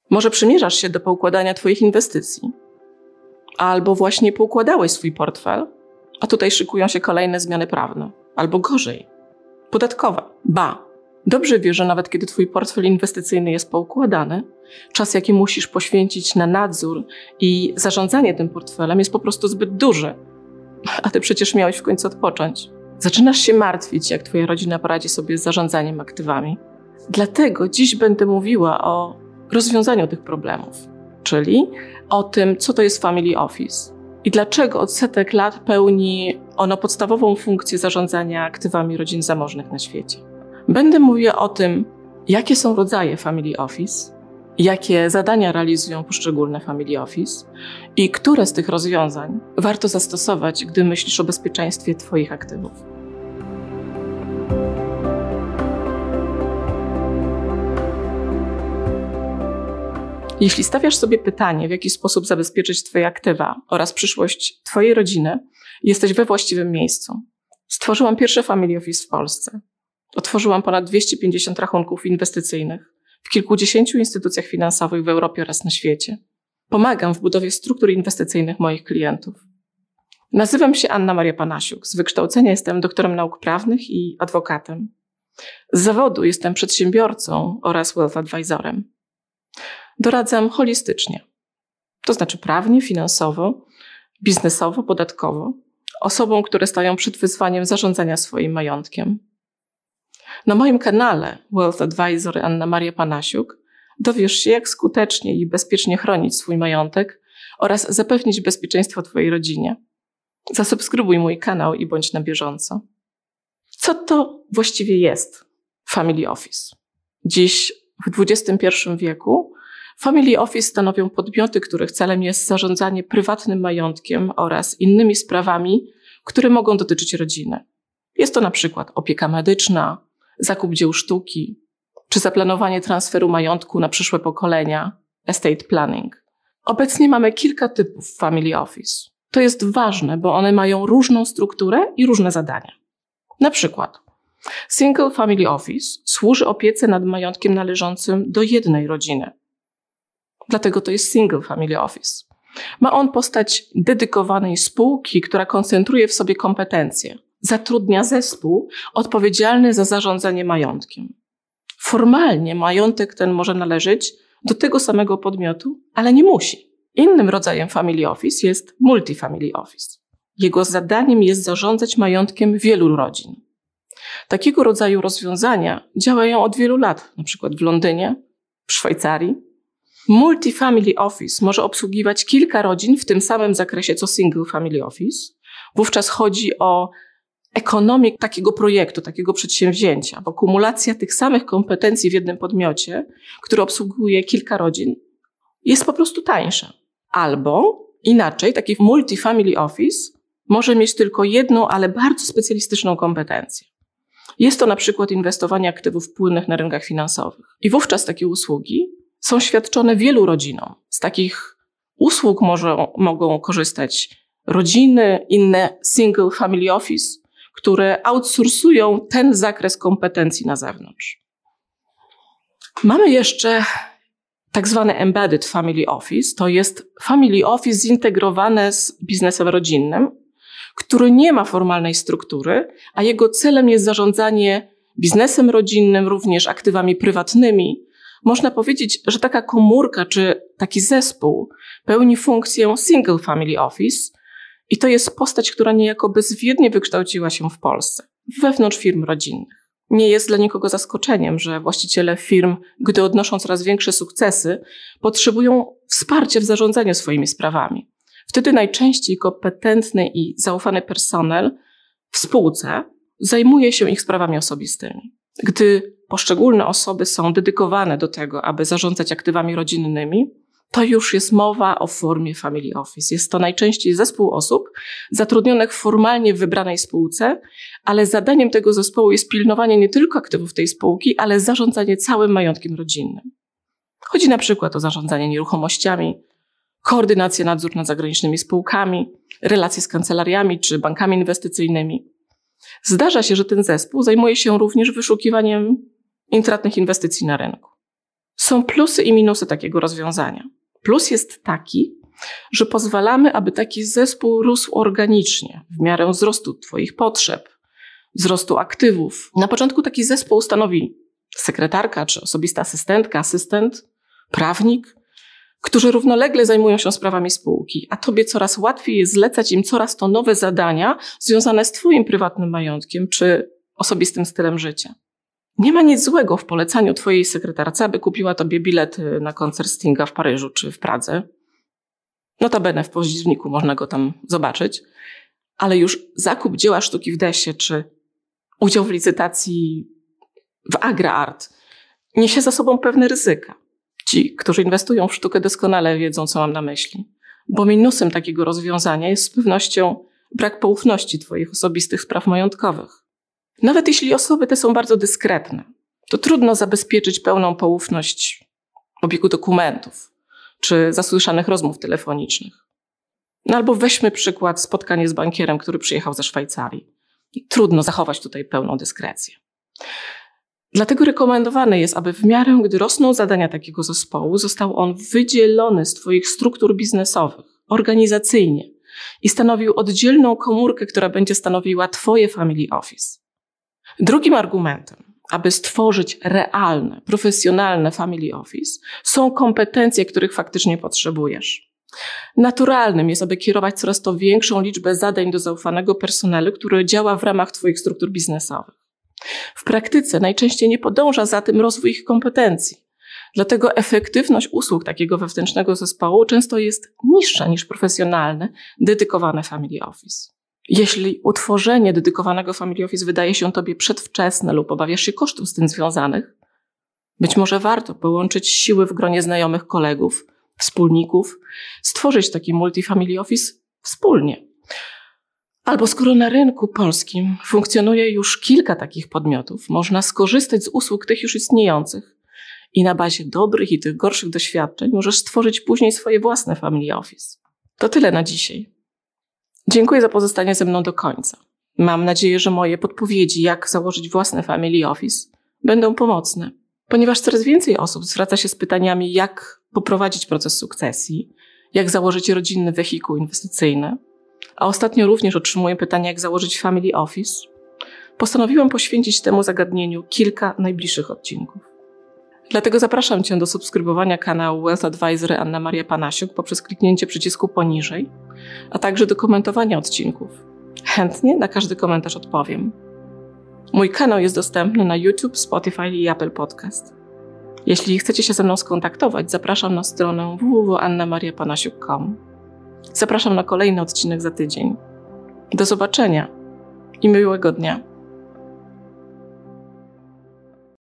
Może przymierzasz się do poukładania Twoich inwestycji. Albo właśnie poukładałeś swój portfel, a tutaj szykują się kolejne zmiany prawne. Albo gorzej, podatkowe. Dobrze wiesz, że nawet kiedy Twój portfel inwestycyjny jest poukładany, czas, jaki musisz poświęcić na nadzór i zarządzanie tym portfelem jest po prostu zbyt duży. A Ty przecież miałeś w końcu odpocząć. Zaczynasz się martwić, jak Twoja rodzina poradzi sobie z zarządzaniem aktywami. Dlatego dziś będę mówiła o rozwiązaniu tych problemów, czyli o tym, co to jest Family Office i dlaczego od setek lat pełni ono podstawową funkcję zarządzania aktywami rodzin zamożnych na świecie. Będę mówiła o tym, jakie są rodzaje Family Office, jakie zadania realizują poszczególne Family Office i które z tych rozwiązań warto zastosować, gdy myślisz o bezpieczeństwie Twoich aktywów. Jeśli stawiasz sobie pytanie, w jaki sposób zabezpieczyć Twoje aktywa oraz przyszłość Twojej rodziny, jesteś we właściwym miejscu. Stworzyłam pierwsze Family Office w Polsce. Otworzyłam ponad 250 rachunków inwestycyjnych w kilkudziesięciu instytucjach finansowych w Europie oraz na świecie. Pomagam w budowie struktur inwestycyjnych moich klientów. Nazywam się Anna Maria Panasiuk. Z wykształcenia jestem doktorem nauk prawnych i adwokatem. Z zawodu jestem przedsiębiorcą oraz wealth advisorem. Doradzam holistycznie, to znaczy prawnie, finansowo, biznesowo, podatkowo, osobom, które stają przed wyzwaniem zarządzania swoim majątkiem. Na moim kanale Wealth Advisor Anna Maria Panasiuk dowiesz się, jak skutecznie i bezpiecznie chronić swój majątek oraz zapewnić bezpieczeństwo Twojej rodzinie. Zasubskrybuj mój kanał i bądź na bieżąco. Co to właściwie jest Family Office? Dziś w XXI wieku Family Office stanowią podmioty, których celem jest zarządzanie prywatnym majątkiem oraz innymi sprawami, które mogą dotyczyć rodziny. Jest to na przykład opieka medyczna, zakup dzieł sztuki, czy zaplanowanie transferu majątku na przyszłe pokolenia, estate planning. Obecnie mamy kilka typów Family Office. To jest ważne, bo one mają różną strukturę i różne zadania. Na przykład Single Family Office służy opiece nad majątkiem należącym do jednej rodziny. Dlatego to jest Single Family Office. Ma on postać dedykowanej spółki, która koncentruje w sobie kompetencje. Zatrudnia zespół odpowiedzialny za zarządzanie majątkiem. Formalnie majątek ten może należeć do tego samego podmiotu, ale nie musi. Innym rodzajem Family Office jest Multi-Family Office. Jego zadaniem jest zarządzać majątkiem wielu rodzin. Takiego rodzaju rozwiązania działają od wielu lat, na przykład w Londynie, w Szwajcarii. Multi-Family Office może obsługiwać kilka rodzin w tym samym zakresie co Single Family Office. Wówczas chodzi o ekonomię takiego projektu, takiego przedsięwzięcia, bo kumulacja tych samych kompetencji w jednym podmiocie, który obsługuje kilka rodzin, jest po prostu tańsza. Albo inaczej, taki Multi-Family Office może mieć tylko jedną, ale bardzo specjalistyczną kompetencję. Jest to na przykład inwestowanie aktywów płynnych na rynkach finansowych. I wówczas takie usługi są świadczone wielu rodzinom. Z takich usług mogą korzystać rodziny, inne Single Family Office, które outsourcują ten zakres kompetencji na zewnątrz. Mamy jeszcze tak zwane Embedded Family Office. To jest Family Office zintegrowane z biznesem rodzinnym, który nie ma formalnej struktury, a jego celem jest zarządzanie biznesem rodzinnym, również aktywami prywatnymi. Można powiedzieć, że taka komórka czy taki zespół pełni funkcję Single Family Office i to jest postać, która niejako bezwiednie wykształciła się w Polsce, wewnątrz firm rodzinnych. Nie jest dla nikogo zaskoczeniem, że właściciele firm, gdy odnoszą coraz większe sukcesy, potrzebują wsparcia w zarządzaniu swoimi sprawami. Wtedy najczęściej kompetentny i zaufany personel w spółce zajmuje się ich sprawami osobistymi. Gdy poszczególne osoby są dedykowane do tego, aby zarządzać aktywami rodzinnymi, to już jest mowa o formie Family Office. Jest to najczęściej zespół osób zatrudnionych formalnie w wybranej spółce, ale zadaniem tego zespołu jest pilnowanie nie tylko aktywów tej spółki, ale zarządzanie całym majątkiem rodzinnym. Chodzi na przykład o zarządzanie nieruchomościami, koordynację, nadzór nad zagranicznymi spółkami, relacje z kancelariami czy bankami inwestycyjnymi. Zdarza się, że ten zespół zajmuje się również wyszukiwaniem intratnych inwestycji na rynku. Są plusy i minusy takiego rozwiązania. Plus jest taki, że pozwalamy, aby taki zespół rósł organicznie, w miarę wzrostu Twoich potrzeb, wzrostu aktywów. Na początku taki zespół stanowi sekretarka czy osobista asystentka, asystent, prawnik, którzy równolegle zajmują się sprawami spółki, a Tobie coraz łatwiej jest zlecać im coraz to nowe zadania związane z Twoim prywatnym majątkiem czy osobistym stylem życia. Nie ma nic złego w polecaniu Twojej sekretarce, aby kupiła Tobie bilety na koncert Stinga w Paryżu czy w Pradze. Notabene w październiku można go tam zobaczyć, ale już zakup dzieła sztuki w Desie czy udział w licytacji w AgraArt niesie za sobą pewne ryzyka. Ci, którzy inwestują w sztukę, doskonale wiedzą, co mam na myśli. Bo minusem takiego rozwiązania jest z pewnością brak poufności Twoich osobistych spraw majątkowych. Nawet jeśli osoby te są bardzo dyskretne, to trudno zabezpieczyć pełną poufność obiegu dokumentów czy zasłyszanych rozmów telefonicznych. Albo weźmy przykład spotkanie z bankierem, który przyjechał ze Szwajcarii. Trudno zachować tutaj pełną dyskrecję. Dlatego rekomendowane jest, aby w miarę, gdy rosną zadania takiego zespołu, został on wydzielony z Twoich struktur biznesowych, organizacyjnie i stanowił oddzielną komórkę, która będzie stanowiła Twoje family office. Drugim argumentem, aby stworzyć realne, profesjonalne family office, są kompetencje, których faktycznie potrzebujesz. Naturalnym jest, aby kierować coraz to większą liczbę zadań do zaufanego personelu, który działa w ramach Twoich struktur biznesowych. W praktyce najczęściej nie podąża za tym rozwój ich kompetencji. Dlatego efektywność usług takiego wewnętrznego zespołu często jest niższa niż profesjonalne, dedykowane family office. Jeśli utworzenie dedykowanego family office wydaje się Tobie przedwczesne lub obawiasz się kosztów z tym związanych, być może warto połączyć siły w gronie znajomych kolegów, wspólników, stworzyć taki multi-family office wspólnie. Albo skoro na rynku polskim funkcjonuje już kilka takich podmiotów, można skorzystać z usług tych już istniejących i na bazie dobrych i tych gorszych doświadczeń możesz stworzyć później swoje własne family office. To tyle na dzisiaj. Dziękuję za pozostanie ze mną do końca. Mam nadzieję, że moje podpowiedzi, jak założyć własne family office, będą pomocne, ponieważ coraz więcej osób zwraca się z pytaniami, jak poprowadzić proces sukcesji, jak założyć rodzinny wehikuł inwestycyjny, a ostatnio również otrzymuję pytania, jak założyć family office. Postanowiłam poświęcić temu zagadnieniu kilka najbliższych odcinków. Dlatego zapraszam Cię do subskrybowania kanału Wealth Advisory Anna Maria Panasiuk poprzez kliknięcie przycisku poniżej, a także do komentowania odcinków. Chętnie na każdy komentarz odpowiem. Mój kanał jest dostępny na YouTube, Spotify i Apple Podcast. Jeśli chcecie się ze mną skontaktować, zapraszam na stronę www.annamariapanasiuk.com. Zapraszam na kolejny odcinek za tydzień. Do zobaczenia i miłego dnia.